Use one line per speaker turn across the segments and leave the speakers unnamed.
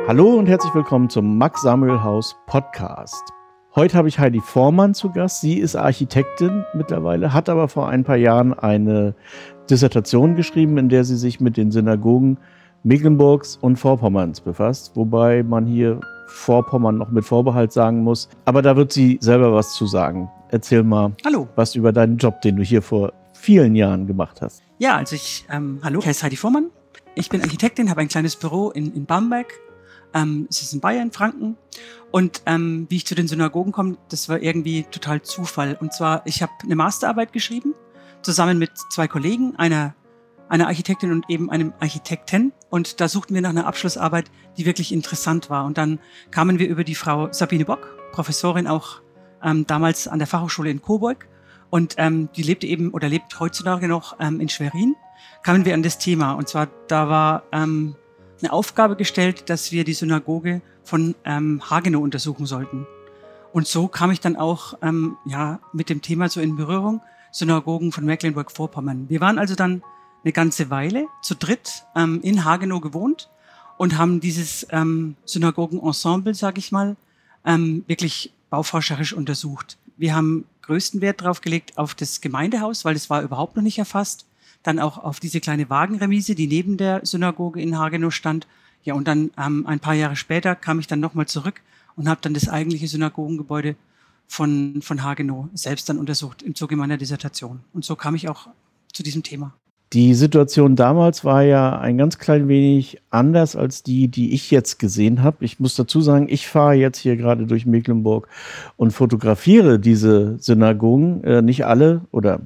Hallo und herzlich willkommen zum Max Samuel Haus Podcast. Heute habe ich Heidi Vormann zu Gast. Sie ist Architektin mittlerweile, hat aber vor ein paar Jahren eine Dissertation geschrieben, in der sie sich mit den Synagogen Mecklenburgs und Vorpommerns befasst, wobei man hier Vorpommern noch mit Vorbehalt sagen muss. Aber da wird sie selber was zu sagen. Erzähl mal was über deinen Job, den du hier vor vielen Jahren gemacht hast.
Ja, also hallo, ich heiße Heidi Vormann. Ich bin Architektin, habe ein kleines Büro in Bamberg. Es ist in Bayern, Franken. Und wie ich zu den Synagogen komme, das war irgendwie total Zufall. Und zwar, ich habe eine Masterarbeit geschrieben, zusammen mit zwei Kollegen, einer Architektin und eben einem Architekten. Und da suchten wir nach einer Abschlussarbeit, die wirklich interessant war. Und dann kamen wir über die Frau Sabine Bock, Professorin auch damals an der Fachhochschule in Coburg. Und die lebte eben oder lebt heutzutage noch in Schwerin. Kamen wir an das Thema. Und zwar, da war eine Aufgabe gestellt, dass wir die Synagoge von Hagenow untersuchen sollten. Und so kam ich dann auch mit dem Thema so in Berührung, Synagogen von Mecklenburg-Vorpommern. Wir waren also dann eine ganze Weile zu dritt in Hagenow gewohnt und haben dieses Synagogenensemble, sage ich mal, wirklich bauforscherisch untersucht. Wir haben größten Wert drauf gelegt auf das Gemeindehaus, weil das war überhaupt noch nicht erfasst. Dann auch auf diese kleine Wagenremise, die neben der Synagoge in Hagenow stand. Ja, und dann ein paar Jahre später kam ich dann nochmal zurück und habe dann das eigentliche Synagogengebäude von Hagenow selbst dann untersucht im Zuge meiner Dissertation. Und so kam ich auch zu diesem Thema.
Die Situation damals war ja ein ganz klein wenig anders als die ich jetzt gesehen habe. Ich muss dazu sagen, ich fahre jetzt hier gerade durch Mecklenburg und fotografiere diese Synagogen, nicht alle oder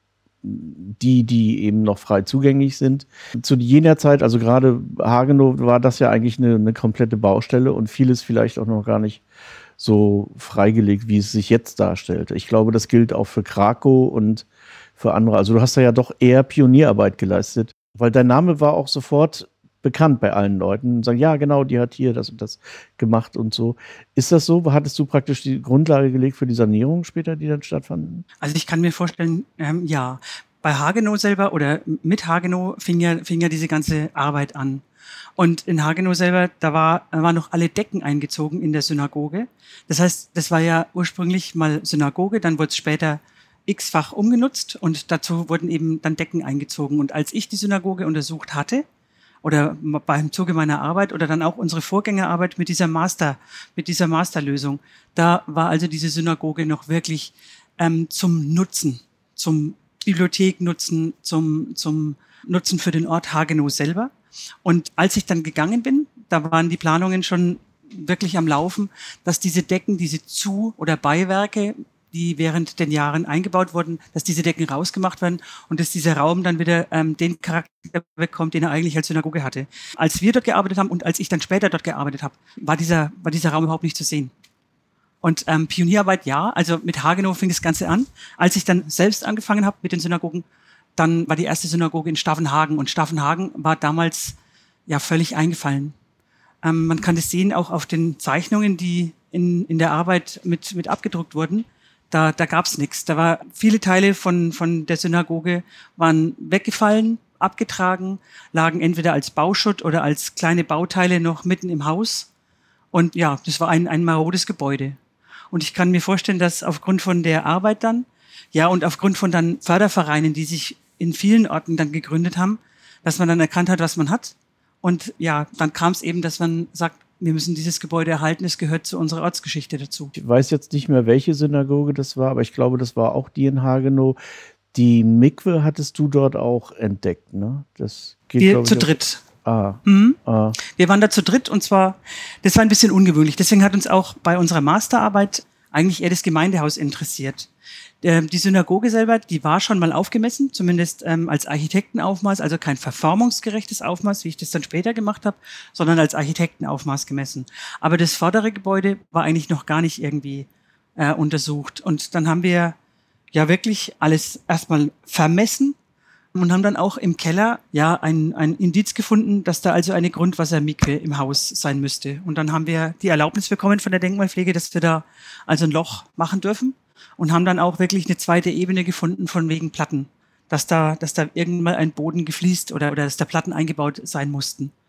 die eben noch frei zugänglich sind. Zu jener Zeit, also gerade Hagenow, war das ja eigentlich eine komplette Baustelle und vieles vielleicht auch noch gar nicht so freigelegt, wie es sich jetzt darstellt. Ich glaube, das gilt auch für Krakow und für andere. Also du hast da ja doch eher Pionierarbeit geleistet, weil dein Name war auch sofort bekannt bei allen Leuten. Sagen, ja genau, die hat hier das und das gemacht und so. Ist das so? Hattest du praktisch die Grundlage gelegt für die Sanierung später, die dann stattfanden?
Also ich kann mir vorstellen, ja, bei Hagenow selber oder mit Hagenow fing ja diese ganze Arbeit an. Und in Hagenow selber, da waren noch alle Decken eingezogen in der Synagoge. Das heißt, das war ja ursprünglich mal Synagoge, dann wurde es später x-fach umgenutzt und dazu wurden eben dann Decken eingezogen. Und als ich die Synagoge untersucht hatte, oder beim Zuge meiner Arbeit oder dann auch unsere Vorgängerarbeit mit dieser Masterlösung, da war also diese Synagoge noch wirklich zum Nutzen, zum Bibliotheknutzen, zum Nutzen für den Ort Hagenow selber. Und als ich dann gegangen bin, da waren die Planungen schon wirklich am Laufen, dass diese Decken, diese oder Beiwerke, die während den Jahren eingebaut wurden, dass diese Decken rausgemacht werden und dass dieser Raum dann wieder den Charakter bekommt, den er eigentlich als Synagoge hatte. Als wir dort gearbeitet haben und als ich dann später dort gearbeitet habe, war dieser Raum überhaupt nicht zu sehen. Und Pionierarbeit, ja, also mit Hagenow fing das Ganze an. Als ich dann selbst angefangen habe mit den Synagogen, dann war die erste Synagoge in Staffenhagen und Staffenhagen war damals ja völlig eingefallen. Man kann das sehen auch auf den Zeichnungen, die in der Arbeit mit abgedruckt wurden. Da gab's nichts. Da war viele Teile von der Synagoge waren weggefallen, abgetragen, lagen entweder als Bauschutt oder als kleine Bauteile noch mitten im Haus. Und ja, das war ein marodes Gebäude. Und ich kann mir vorstellen, dass aufgrund von der Arbeit dann, ja, und aufgrund von dann Fördervereinen, die sich in vielen Orten dann gegründet haben, dass man dann erkannt hat, was man hat. Und ja, dann kam es eben, dass man sagt, wir müssen dieses Gebäude erhalten, es gehört zu unserer Ortsgeschichte dazu.
Ich weiß jetzt nicht mehr, welche Synagoge das war, aber ich glaube, das war auch die in Hagenow. Die Mikwe hattest du dort auch entdeckt, ne? Das geht,
wir zu dritt.
Wir
waren da zu dritt und zwar, das war ein bisschen ungewöhnlich. Deswegen hat uns auch bei unserer Masterarbeit eigentlich eher das Gemeindehaus interessiert. Die Synagoge selber, die war schon mal aufgemessen, zumindest als Architektenaufmaß, also kein verformungsgerechtes Aufmaß, wie ich das dann später gemacht habe, sondern als Architektenaufmaß gemessen. Aber das vordere Gebäude war eigentlich noch gar nicht irgendwie untersucht. Und dann haben wir ja wirklich alles erstmal vermessen und haben dann auch im Keller ja ein Indiz gefunden, dass da also eine Grundwassermikwe im Haus sein müsste. Und dann haben wir die Erlaubnis bekommen von der Denkmalpflege, dass wir da also ein Loch machen dürfen. Und haben dann auch wirklich eine zweite Ebene gefunden von wegen Platten, dass da irgendwann mal ein Boden gefliest oder dass da Platten eingebaut sein mussten.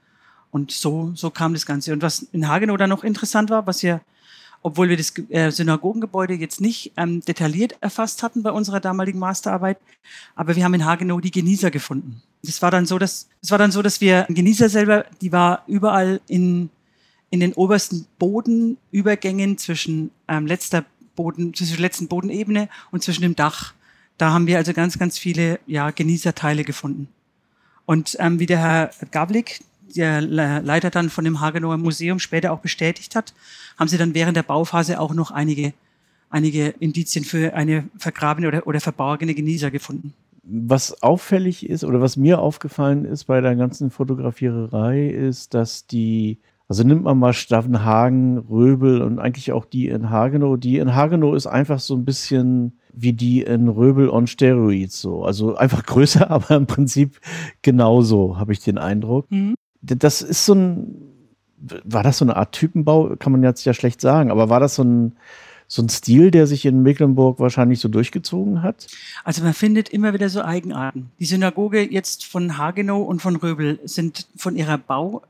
Und so kam das Ganze. Und was in Hagenow dann noch interessant war, was wir, obwohl wir das Synagogengebäude jetzt nicht detailliert erfasst hatten bei unserer damaligen Masterarbeit, aber wir haben in Hagenow die Genießer gefunden. Das war dann so, dass wir Genießer selber, die war überall in den obersten Bodenübergängen zwischen letzten Bodenebene und zwischen dem Dach. Da haben wir also ganz, ganz viele Genießerteile gefunden. Und wie der Herr Gawlik, der Leiter dann von dem Hagenower Museum, später auch bestätigt hat, haben sie dann während der Bauphase auch noch einige Indizien für eine vergrabene oder verborgene Genießer gefunden.
Was auffällig ist oder was mir aufgefallen ist bei der ganzen Fotografiererei ist, dass also nimmt man mal Stavenhagen, Röbel und eigentlich auch die in Hagenow. Die in Hagenow ist einfach so ein bisschen wie die in Röbel on Steroids so. Also einfach größer, aber im Prinzip genauso, habe ich den Eindruck. Mhm. Das ist war das so eine Art Typenbau? Kann man jetzt ja schlecht sagen, aber war das so ein Stil, der sich in Mecklenburg wahrscheinlich so durchgezogen hat?
Also man findet immer wieder so Eigenarten. Die Synagoge jetzt von Hagenow und von Röbel sind von ihrem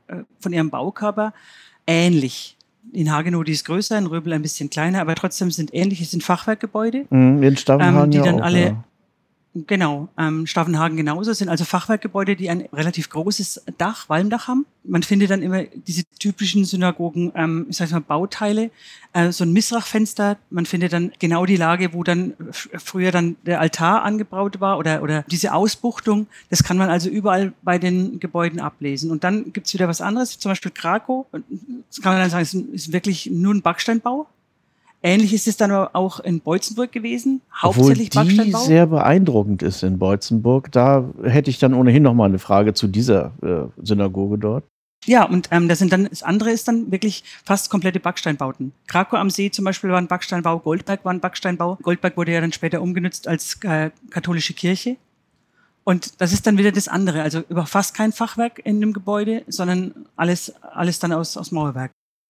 Baukörper ähnlich. In Hagenow, die ist größer, in Röbel ein bisschen kleiner, aber trotzdem sind ähnlich. Es sind Fachwerkgebäude.
In Stavenhagen
die dann
auch,
alle...
Ja.
Genau, Stavenhagen genauso, sind also Fachwerkgebäude, die ein relativ großes Dach, Walmdach haben. Man findet dann immer diese typischen Synagogen, ich sag mal Bauteile, so ein Misrachfenster. Man findet dann genau die Lage, wo dann früher dann der Altar angebaut war oder diese Ausbuchtung. Das kann man also überall bei den Gebäuden ablesen. Und dann gibt's wieder was anderes, zum Beispiel Krakow. Das kann man dann sagen, es ist wirklich nur ein Backsteinbau. Ähnlich ist es dann aber auch in Beutzenburg gewesen, hauptsächlich Backsteinbau.
Die sehr beeindruckend ist in Beutzenburg. Da hätte ich dann ohnehin noch mal eine Frage zu dieser Synagoge dort.
Ja, und das andere ist dann wirklich fast komplette Backsteinbauten. Krakow am See zum Beispiel war ein Backsteinbau, Goldberg war ein Backsteinbau. Goldberg wurde ja dann später umgenutzt als katholische Kirche. Und das ist dann wieder das andere, also über fast kein Fachwerk in dem Gebäude, sondern alles dann aus Mauerwerk.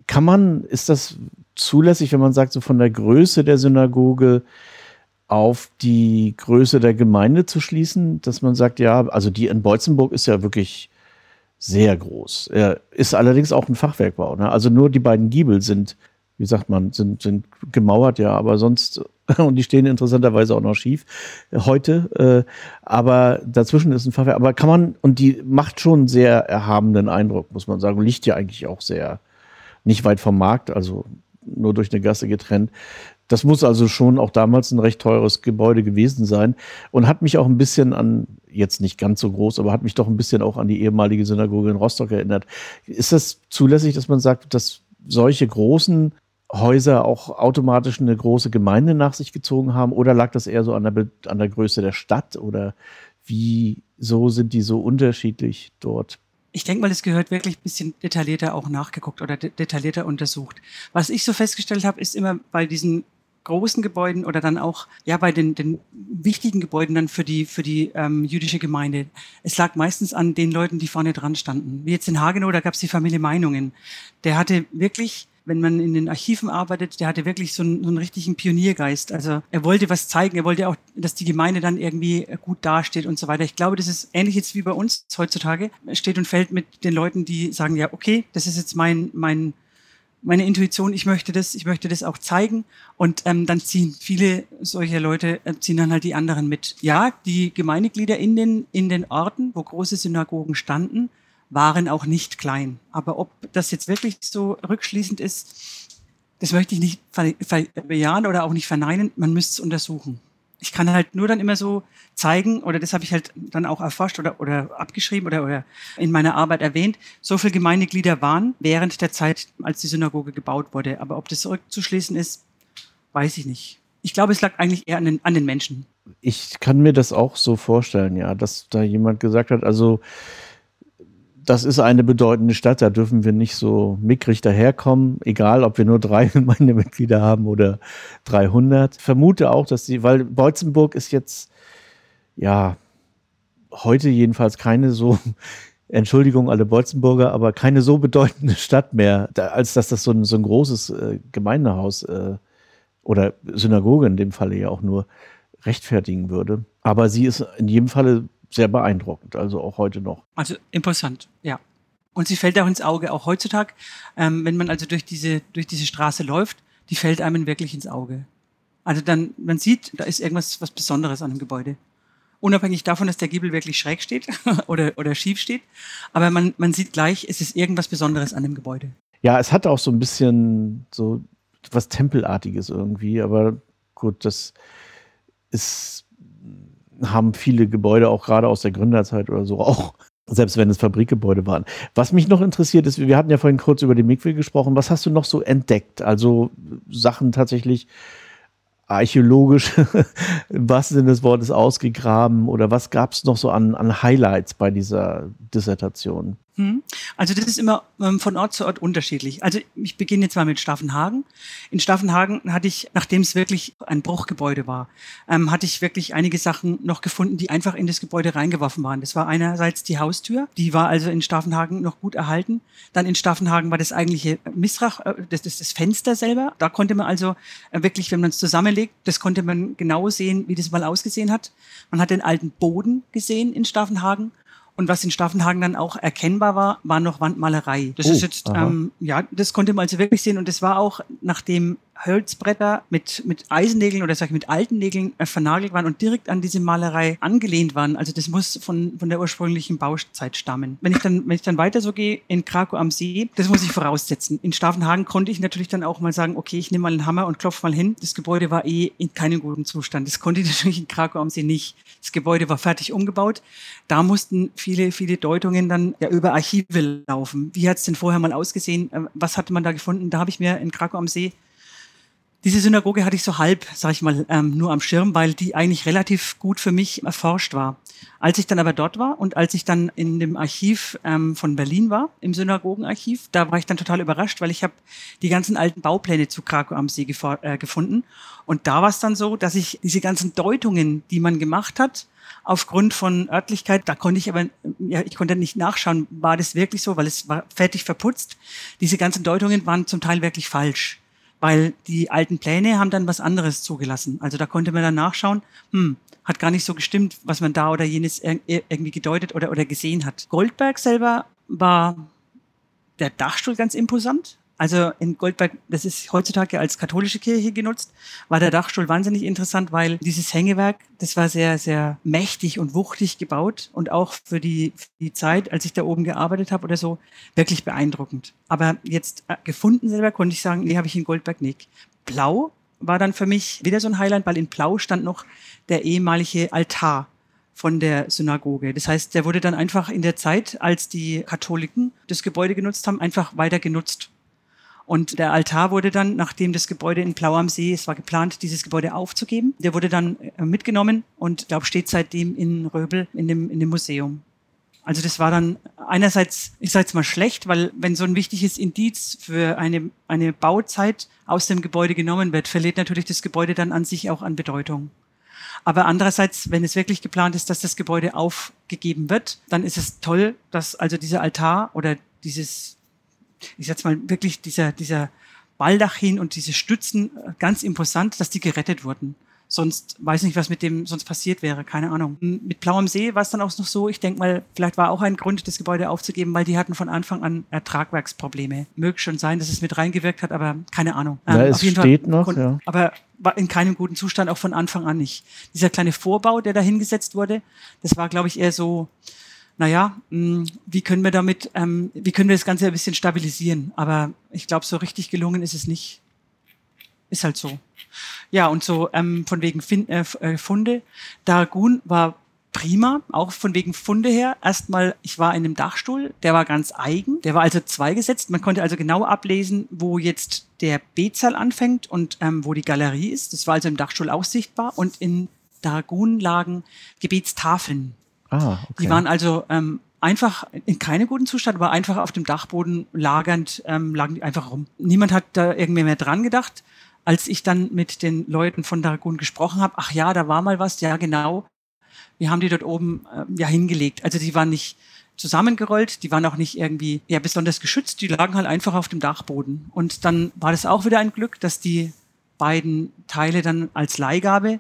Ist das zulässig, wenn man sagt, so von der Größe der Synagoge auf die Größe der Gemeinde zu schließen, dass man sagt, ja, also die in Beutzenburg ist ja wirklich sehr groß. Ist allerdings auch ein Fachwerkbau, ne? Also nur die beiden Giebel sind, wie sagt man, sind gemauert, ja, aber sonst, und die stehen interessanterweise auch noch schief heute, aber dazwischen ist ein Fachwerk, aber und die macht schon einen sehr erhabenen Eindruck, muss man sagen, liegt ja eigentlich auch sehr nicht weit vom Markt, also nur durch eine Gasse getrennt. Das muss also schon auch damals ein recht teures Gebäude gewesen sein und hat mich auch ein bisschen jetzt nicht ganz so groß, aber hat mich doch ein bisschen auch an die ehemalige Synagoge in Rostock erinnert. Ist das zulässig, dass man sagt, dass solche großen Häuser auch automatisch eine große Gemeinde nach sich gezogen haben, oder lag das eher so an der Größe der Stadt, oder wieso sind die so unterschiedlich dort?
Ich denke mal, es gehört wirklich ein bisschen detaillierter auch nachgeguckt oder detaillierter untersucht. Was ich so festgestellt habe, ist immer bei diesen großen Gebäuden oder dann auch bei den wichtigen Gebäuden dann für die jüdische Gemeinde. Es lag meistens an den Leuten, die vorne dran standen. Wie jetzt in Hagenow, da gab es die Familie Meinungen. Der hatte wirklich, wenn man in den Archiven arbeitet, der hatte wirklich so einen richtigen Pioniergeist. Also er wollte was zeigen, er wollte auch, dass die Gemeinde dann irgendwie gut dasteht und so weiter. Ich glaube, das ist ähnlich jetzt wie bei uns heutzutage. Es steht und fällt mit den Leuten, die sagen, ja, okay, das ist jetzt meine Intuition, ich möchte das auch zeigen. Und dann ziehen viele solcher Leute, ziehen dann halt die anderen mit. Ja, die Gemeindeglieder in den Orten, wo große Synagogen standen, waren auch nicht klein. Aber ob das jetzt wirklich so rückschließend ist, das möchte ich nicht bejahen oder auch nicht verneinen. Man müsste es untersuchen. Ich kann halt nur dann immer so zeigen, oder das habe ich halt dann auch erforscht oder abgeschrieben oder in meiner Arbeit erwähnt, so viele Gemeindeglieder waren während der Zeit, als die Synagoge gebaut wurde. Aber ob das zurückzuschließen ist, weiß ich nicht. Ich glaube, es lag eigentlich eher an den Menschen.
Ich kann mir das auch so vorstellen, ja, dass da jemand gesagt hat, also das ist eine bedeutende Stadt, da dürfen wir nicht so mickrig daherkommen, egal ob wir nur 3 Gemeindemitglieder haben oder 300. Ich vermute auch, weil Beutzenburg ist jetzt, ja, heute jedenfalls keine so, Entschuldigung alle Beutzenburger, aber keine so bedeutende Stadt mehr, als dass das so ein großes Gemeindehaus oder Synagoge in dem Falle ja auch nur rechtfertigen würde. Aber sie ist in jedem Falle sehr beeindruckend, also auch heute noch.
Also imposant, ja. Und sie fällt auch ins Auge, auch heutzutage, wenn man also durch diese Straße läuft, die fällt einem wirklich ins Auge. Also dann, man sieht, da ist irgendwas was Besonderes an dem Gebäude. Unabhängig davon, dass der Giebel wirklich schräg steht oder schief steht. Aber man sieht gleich, es ist irgendwas Besonderes an dem Gebäude.
Ja, es hat auch so ein bisschen so was Tempelartiges irgendwie, aber gut, haben viele Gebäude auch gerade aus der Gründerzeit oder so auch, selbst wenn es Fabrikgebäude waren. Was mich noch interessiert ist, wir hatten ja vorhin kurz über die Mikwe gesprochen, was hast du noch so entdeckt? Also Sachen tatsächlich archäologisch, im wahrsten Sinne des Wortes, ausgegraben, oder was gab es noch so an Highlights bei dieser Dissertation?
Also das ist immer von Ort zu Ort unterschiedlich. Also ich beginne jetzt mal mit Staffenhagen. In Staffenhagen hatte ich, nachdem es wirklich ein Bruchgebäude war, hatte ich wirklich einige Sachen noch gefunden, die einfach in das Gebäude reingeworfen waren. Das war einerseits die Haustür, die war also in Staffenhagen noch gut erhalten. Dann in Staffenhagen war das eigentliche Misrach, das Fenster selber. Da konnte man also wirklich, wenn man es zusammenlegt, das konnte man genau sehen, wie das mal ausgesehen hat. Man hat den alten Boden gesehen in Staffenhagen. Und was in Staffenhagen dann auch erkennbar war noch Wandmalerei. Das ist jetzt, das konnte man also wirklich sehen. Und das war auch, nachdem Holzbretter mit Eisennägeln oder sag ich mit alten Nägeln vernagelt waren und direkt an diese Malerei angelehnt waren. Also das muss von der ursprünglichen Bauzeit stammen. Wenn ich dann weiter so gehe, in Krakow am See, das muss ich voraussetzen. In Staffenhagen konnte ich natürlich dann auch mal sagen, okay, ich nehme mal einen Hammer und klopfe mal hin. Das Gebäude war in keinem guten Zustand. Das konnte ich natürlich in Krakow am See nicht. Das Gebäude war fertig umgebaut. Da mussten viele Deutungen dann über Archive laufen. Wie hat es denn vorher mal ausgesehen? Was hatte man da gefunden? Da habe ich mir in Krakow am See, diese Synagoge hatte ich so halb, sag ich mal, nur am Schirm, weil die eigentlich relativ gut für mich erforscht war. Als ich dann aber dort war und als ich dann in dem Archiv von Berlin war, im Synagogenarchiv, da war ich dann total überrascht, weil ich habe die ganzen alten Baupläne zu Krakow am See gefunden. Und da war es dann so, dass ich diese ganzen Deutungen, die man gemacht hat, aufgrund von Örtlichkeit, da konnte ich aber, ich konnte nicht nachschauen, war das wirklich so, weil es war fertig verputzt. Diese ganzen Deutungen waren zum Teil wirklich falsch, weil die alten Pläne haben dann was anderes zugelassen. Also da konnte man dann nachschauen, hat gar nicht so gestimmt, was man da oder jenes irgendwie gedeutet oder gesehen hat. Goldberg selber war der Dachstuhl ganz imposant. Also in Goldberg, das ist heutzutage als katholische Kirche genutzt, war der Dachstuhl wahnsinnig interessant, weil dieses Hängewerk, das war sehr, sehr mächtig und wuchtig gebaut und auch für die Zeit, als ich da oben gearbeitet habe oder so, wirklich beeindruckend. Aber jetzt gefunden selber konnte ich sagen, nee, habe ich in Goldberg nicht. Plau war dann für mich wieder so ein Highlight, weil in Plau stand noch der ehemalige Altar von der Synagoge. Das heißt, der wurde dann einfach in der Zeit, als die Katholiken das Gebäude genutzt haben, einfach weiter genutzt. Und der Altar wurde dann, nachdem das Gebäude in Plau am See, es war geplant, dieses Gebäude aufzugeben, der wurde dann mitgenommen und, glaube, steht seitdem in Röbel in dem Museum. Also das war dann einerseits, ich sage jetzt mal schlecht, weil wenn so ein wichtiges Indiz für eine Bauzeit aus dem Gebäude genommen wird, verliert natürlich das Gebäude dann an sich auch an Bedeutung. Aber andererseits, wenn es wirklich geplant ist, dass das Gebäude aufgegeben wird, dann ist es toll, dass also dieser Altar oder dieses, ich sag's mal, wirklich dieser Baldachin und diese Stützen, ganz imposant, dass die gerettet wurden. Sonst weiß nicht, was mit dem sonst passiert wäre, keine Ahnung. Mit Plau am See war es dann auch noch so, ich denke mal, vielleicht war auch ein Grund, das Gebäude aufzugeben, weil die hatten von Anfang an Tragwerksprobleme. Möge schon sein, dass es mit reingewirkt hat, aber keine Ahnung.
Ja, es auf jeden steht Fall, noch, ja.
Aber war in keinem guten Zustand, auch von Anfang an nicht. Dieser kleine Vorbau, der da hingesetzt wurde, das war, glaube ich, eher so, naja, wie können wir das Ganze ein bisschen stabilisieren? Aber ich glaube, so richtig gelungen ist es nicht. Ist halt so. Ja, und so von wegen Funde. Dargun war prima, auch von wegen Funde her. Erstmal, ich war in einem Dachstuhl, der war ganz eigen. Der war also zweigesetzt. Man konnte also genau ablesen, wo jetzt der B-Saal anfängt und wo die Galerie ist. Das war also im Dachstuhl auch sichtbar. Und in Dargun lagen Gebetstafeln.
Ah, okay.
Die waren also einfach in keinem guten Zustand, aber einfach auf dem Dachboden lagernd, lagen die einfach rum. Niemand hat da irgendwie mehr dran gedacht. Als ich dann mit den Leuten von Dargun gesprochen habe, ach ja, da war mal was, ja genau, wir haben die dort oben hingelegt. Also die waren nicht zusammengerollt, die waren auch nicht irgendwie besonders geschützt, die lagen halt einfach auf dem Dachboden. Und dann war das auch wieder ein Glück, dass die beiden Teile dann als Leihgabe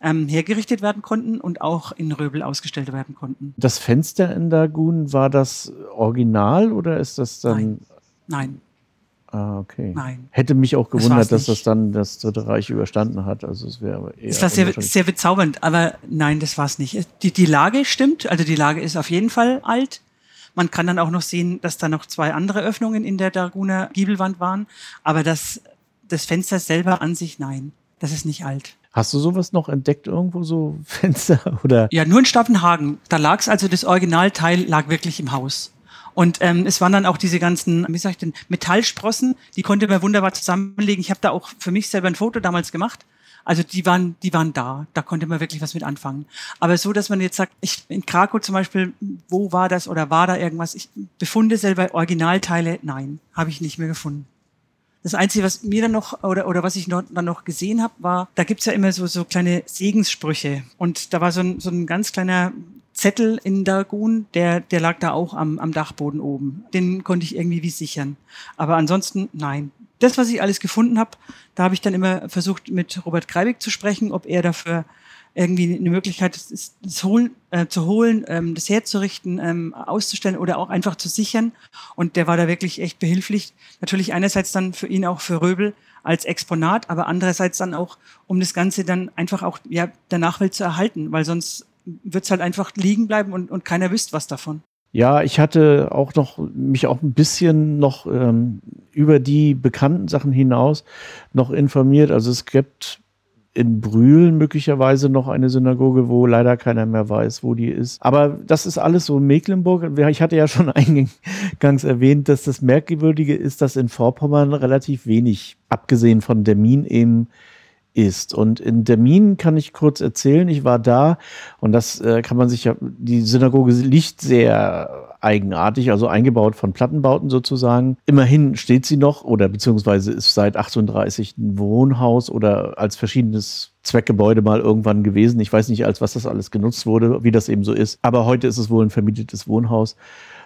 hergerichtet werden konnten und auch in Röbel ausgestellt werden konnten.
Das Fenster in Dagun, war das original oder ist das dann...
Nein.
Ah, okay.
Nein.
Hätte mich auch gewundert, dass das
nicht.
dann das Dritte Reich überstanden hat. Also es wäre aber eher...
Es war sehr bezaubernd, aber nein, das war es nicht. Die Lage stimmt, also die Lage ist auf jeden Fall alt. Man kann dann auch noch sehen, dass da noch 2 andere Öffnungen in der Daguner Giebelwand waren, aber das Fenster selber an sich, nein, das ist nicht alt.
Hast du sowas noch entdeckt irgendwo, so Fenster? Oder?
Ja, nur in Staffenhagen. Da lag es also, das Originalteil lag wirklich im Haus. Und es waren dann auch diese ganzen, wie sag ich denn, Metallsprossen, die konnte man wunderbar zusammenlegen. Ich habe da auch für mich selber ein Foto damals gemacht. Also die waren da konnte man wirklich was mit anfangen. Aber so, dass man jetzt sagt, in Krakow zum Beispiel, wo war das oder war da irgendwas? Befunde selber, Originalteile, nein, habe ich nicht mehr gefunden. Das Einzige, was mir dann noch, oder was ich dann noch gesehen habe, war, da gibt's ja immer so kleine Segenssprüche. Und da war so ein ganz kleiner Zettel in Dagun, der lag da auch am Dachboden oben. Den konnte ich irgendwie wie sichern. Aber ansonsten, nein. Das, was ich alles gefunden habe, da habe ich dann immer versucht, mit Robert Greibig zu sprechen, ob er dafür irgendwie eine Möglichkeit zu holen, das herzurichten, auszustellen oder auch einfach zu sichern. Und der war da wirklich echt behilflich. Natürlich einerseits dann für ihn auch für Röbel als Exponat, aber andererseits dann auch, um das Ganze dann einfach auch der Nachwelt zu erhalten, weil sonst wird's halt einfach liegen bleiben und keiner wüsste was davon.
Ja, ich hatte auch mich auch ein bisschen noch über die bekannten Sachen hinaus noch informiert. Also es gibt in Brühl möglicherweise noch eine Synagoge, wo leider keiner mehr weiß, wo die ist. Aber das ist alles so in Mecklenburg. Ich hatte ja schon eingangs erwähnt, dass das Merkwürdige ist, dass in Vorpommern relativ wenig, abgesehen von Demmin, eben ist. Und in Demmin kann ich kurz erzählen, ich war da und das kann man sich ja, die Synagoge liegt sehr eigenartig, also eingebaut von Plattenbauten sozusagen. Immerhin steht sie noch oder beziehungsweise ist seit 38 ein Wohnhaus oder als verschiedenes Zweckgebäude mal irgendwann gewesen. Ich weiß nicht, als was das alles genutzt wurde, wie das eben so ist. Aber heute ist es wohl ein vermietetes Wohnhaus.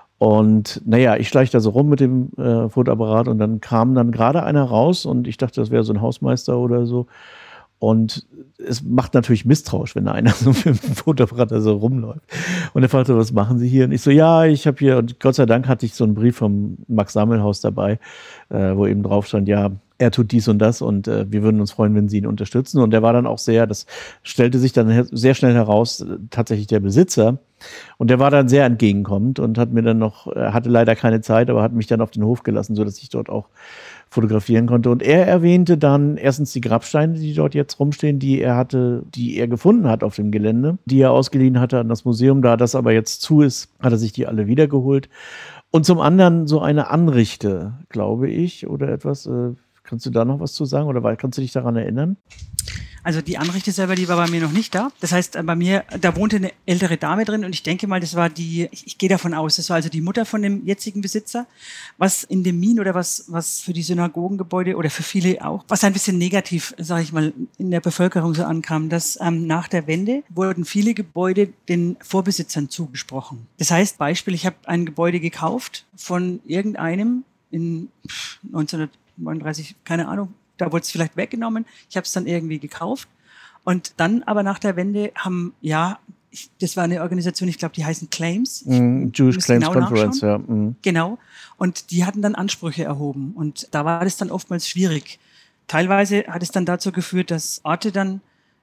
Und naja, ich schleiche da so rum mit dem Fotoapparat und dann kam dann gerade einer raus und ich dachte, das wäre so ein Hausmeister oder so. Und es macht natürlich misstrauisch, wenn da einer so mit dem Fotoapparat da so rumläuft. Und er fragte, was machen Sie hier? Und ich so, ja, ich habe hier, und Gott sei Dank hatte ich so einen Brief vom Max-Sammelhaus dabei, wo eben drauf stand, ja, er tut dies und das und wir würden uns freuen, wenn Sie ihn unterstützen. Und der war dann auch das stellte sich dann sehr schnell heraus, tatsächlich der Besitzer. Und der war dann sehr entgegenkommend und hat mir dann hatte leider keine Zeit, aber hat mich dann auf den Hof gelassen, sodass ich dort auch fotografieren konnte. Und er erwähnte dann erstens die Grabsteine, die dort jetzt rumstehen, die er gefunden hat auf dem Gelände, die er ausgeliehen hatte an das Museum. Da das aber jetzt zu ist, hat er sich die alle wiedergeholt. Und zum anderen so eine Anrichte, glaube ich, oder etwas. Kannst du da noch was zu sagen oder kannst du dich daran erinnern?
Also die Anrichte selber, die war bei mir noch nicht da. Das heißt, bei mir, da wohnte eine ältere Dame drin und ich denke mal, das war ich gehe davon aus, das war also die Mutter von dem jetzigen Besitzer. Was in dem Min oder was für die Synagogengebäude oder für viele auch, was ein bisschen negativ, sage ich mal, in der Bevölkerung so ankam, dass nach der Wende wurden viele Gebäude den Vorbesitzern zugesprochen. Das heißt, Beispiel, ich habe ein Gebäude gekauft von irgendeinem in 1939, keine Ahnung, da wurde es vielleicht weggenommen. Ich habe es dann irgendwie gekauft. Und dann aber nach der Wende das war eine Organisation, ich glaube, die heißen Claims.
Jewish Claims Conference, ja.
Genau. Und die hatten dann Ansprüche erhoben. Und da war es dann oftmals schwierig. Teilweise hat es dann dazu geführt, dass Orte dann,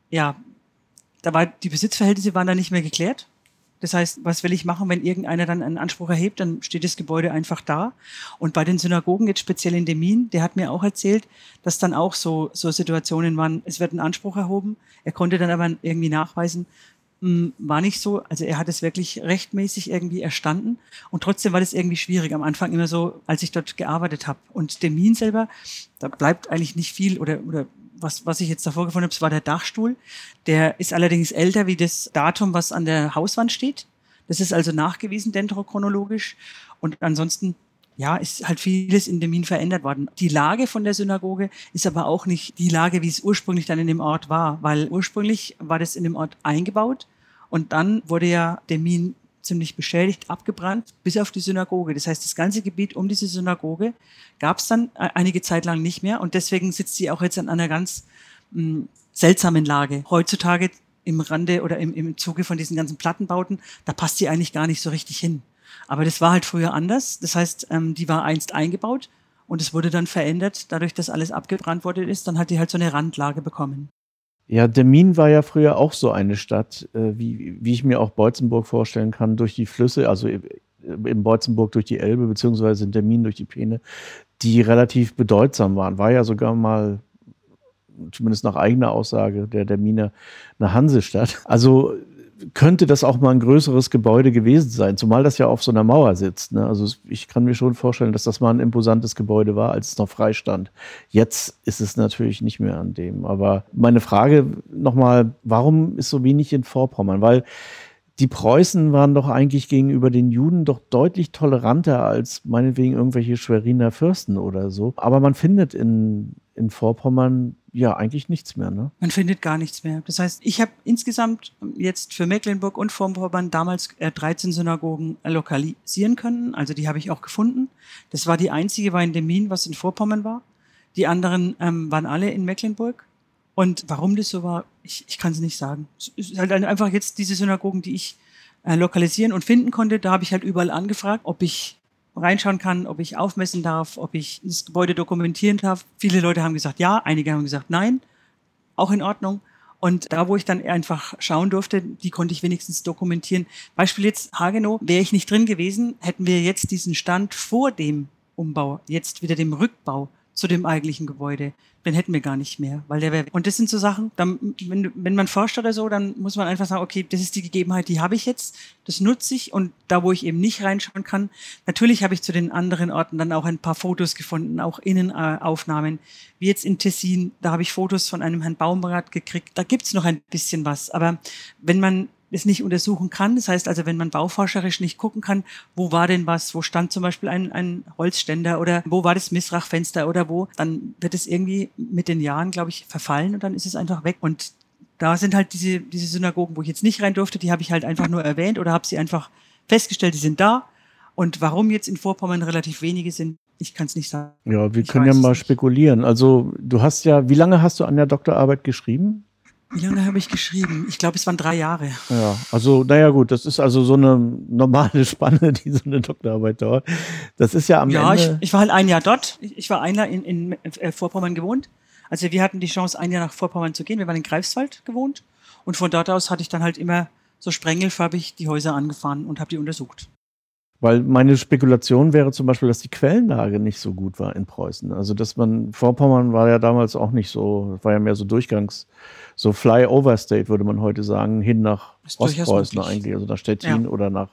die Besitzverhältnisse waren dann nicht mehr geklärt. Das heißt, was will ich machen, wenn irgendeiner dann einen Anspruch erhebt, dann steht das Gebäude einfach da. Und bei den Synagogen, jetzt speziell in Demmin, der hat mir auch erzählt, dass dann auch so Situationen waren, es wird ein Anspruch erhoben, er konnte dann aber irgendwie nachweisen, war nicht so, also er hat es wirklich rechtmäßig irgendwie erstanden und trotzdem war das irgendwie schwierig am Anfang immer so, als ich dort gearbeitet habe. Und Demmin selber, da bleibt eigentlich nicht viel oder was ich jetzt davor gefunden habe, das war der Dachstuhl. Der ist allerdings älter wie das Datum, was an der Hauswand steht. Das ist also nachgewiesen dendrochronologisch. Und ansonsten, ist halt vieles in Demmin verändert worden. Die Lage von der Synagoge ist aber auch nicht die Lage, wie es ursprünglich dann in dem Ort war. Weil ursprünglich war das in dem Ort eingebaut und dann wurde ja Demmin ziemlich beschädigt, abgebrannt, bis auf die Synagoge. Das heißt, das ganze Gebiet um diese Synagoge gab es dann einige Zeit lang nicht mehr und deswegen sitzt sie auch jetzt in einer ganz seltsamen Lage. Heutzutage im Rande oder im Zuge von diesen ganzen Plattenbauten, da passt die eigentlich gar nicht so richtig hin. Aber das war halt früher anders. Das heißt, die war einst eingebaut und es wurde dann verändert. Dadurch, dass alles abgebrannt worden ist, dann hat die halt so eine Randlage bekommen.
Ja, Demmin war ja früher auch so eine Stadt, wie ich mir auch Beutzenburg vorstellen kann, durch die Flüsse, also in Beutzenburg durch die Elbe, beziehungsweise in Demmin durch die Peene, die relativ bedeutsam waren. War ja sogar mal, zumindest nach eigener Aussage der Miner, eine Hansestadt. Also könnte das auch mal ein größeres Gebäude gewesen sein, zumal das ja auf so einer Mauer sitzt. Ne? Also ich kann mir schon vorstellen, dass das mal ein imposantes Gebäude war, als es noch frei stand. Jetzt ist es natürlich nicht mehr an dem. Aber meine Frage nochmal, warum ist so wenig in Vorpommern? Weil die Preußen waren doch eigentlich gegenüber den Juden doch deutlich toleranter als meinetwegen irgendwelche Schweriner Fürsten oder so. Aber man findet in Vorpommern ja eigentlich nichts mehr, ne?
Man findet gar nichts mehr. Das heißt, ich habe insgesamt jetzt für Mecklenburg und Vorpommern damals 13 Synagogen lokalisieren können. Also die habe ich auch gefunden. Das war die einzige, war in Demmin, was in Vorpommern war. Die anderen waren alle in Mecklenburg. Und warum das so war, ich kann es nicht sagen. Es ist halt einfach jetzt diese Synagogen, die ich lokalisieren und finden konnte. Da habe ich halt überall angefragt, ob ich reinschauen kann, ob ich aufmessen darf, ob ich das Gebäude dokumentieren darf. Viele Leute haben gesagt ja, einige haben gesagt nein, auch in Ordnung. Und da, wo ich dann einfach schauen durfte, die konnte ich wenigstens dokumentieren. Beispiel jetzt Hagenow, wäre ich nicht drin gewesen, hätten wir jetzt diesen Stand vor dem Umbau, jetzt wieder dem Rückbau zu dem eigentlichen Gebäude, den hätten wir gar nicht mehr, weil der wäre. Und das sind so Sachen, dann, wenn man forscht oder so, dann muss man einfach sagen, okay, das ist die Gegebenheit, die habe ich jetzt, das nutze ich und da, wo ich eben nicht reinschauen kann, natürlich habe ich zu den anderen Orten dann auch ein paar Fotos gefunden, auch Innenaufnahmen, wie jetzt in Tessin, da habe ich Fotos von einem Herrn Baumgart gekriegt, da gibt's noch ein bisschen was, aber wenn man es nicht untersuchen kann. Das heißt also, wenn man bauforscherisch nicht gucken kann, wo war denn was, wo stand zum Beispiel ein Holzständer oder wo war das Missrachfenster oder wo, dann wird es irgendwie mit den Jahren, glaube ich, verfallen und dann ist es einfach weg. Und da sind halt diese Synagogen, wo ich jetzt nicht rein durfte, die habe ich halt einfach nur erwähnt oder habe sie einfach festgestellt, die sind da. Und warum jetzt in Vorpommern relativ wenige sind, ich kann es nicht sagen.
Ja, wir können ja mal spekulieren. Also du hast ja, wie lange hast du an der Doktorarbeit geschrieben?
Wie lange habe ich geschrieben? Ich glaube, es waren 3 Jahre.
Ja, also, naja gut, das ist also so eine normale Spanne, die so eine Doktorarbeit dauert. Das ist ja am Ende...
Ja, ich war halt 1 Jahr dort. Ich war 1 Jahr in Vorpommern gewohnt. Also wir hatten die Chance, 1 Jahr nach Vorpommern zu gehen. Wir waren in Greifswald gewohnt. Und von dort aus hatte ich dann halt immer so sprengelfarbig die Häuser angefahren und habe die untersucht.
Weil meine Spekulation wäre zum Beispiel, dass die Quellenlage nicht so gut war in Preußen. Also dass Vorpommern war ja damals auch nicht so, war ja mehr so so Flyover State, würde man heute sagen, hin nach Ostpreußen eigentlich, also nach Stettin oder nach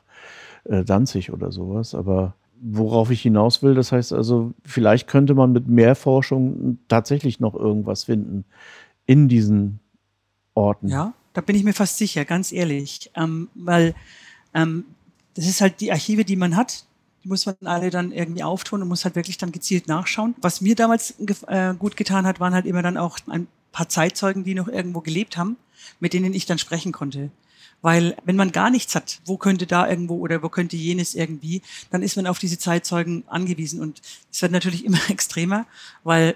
Danzig oder sowas. Aber worauf ich hinaus will, das heißt also, vielleicht könnte man mit mehr Forschung tatsächlich noch irgendwas finden in diesen Orten.
Ja, da bin ich mir fast sicher, ganz ehrlich. Weil das ist halt die Archive, die man hat, die muss man alle dann irgendwie auftun und muss halt wirklich dann gezielt nachschauen. Was mir damals gut getan hat, waren halt immer dann auch ein paar Zeitzeugen, die noch irgendwo gelebt haben, mit denen ich dann sprechen konnte. Weil wenn man gar nichts hat, wo könnte da irgendwo oder wo könnte jenes irgendwie, dann ist man auf diese Zeitzeugen angewiesen. Und es wird natürlich immer extremer, weil,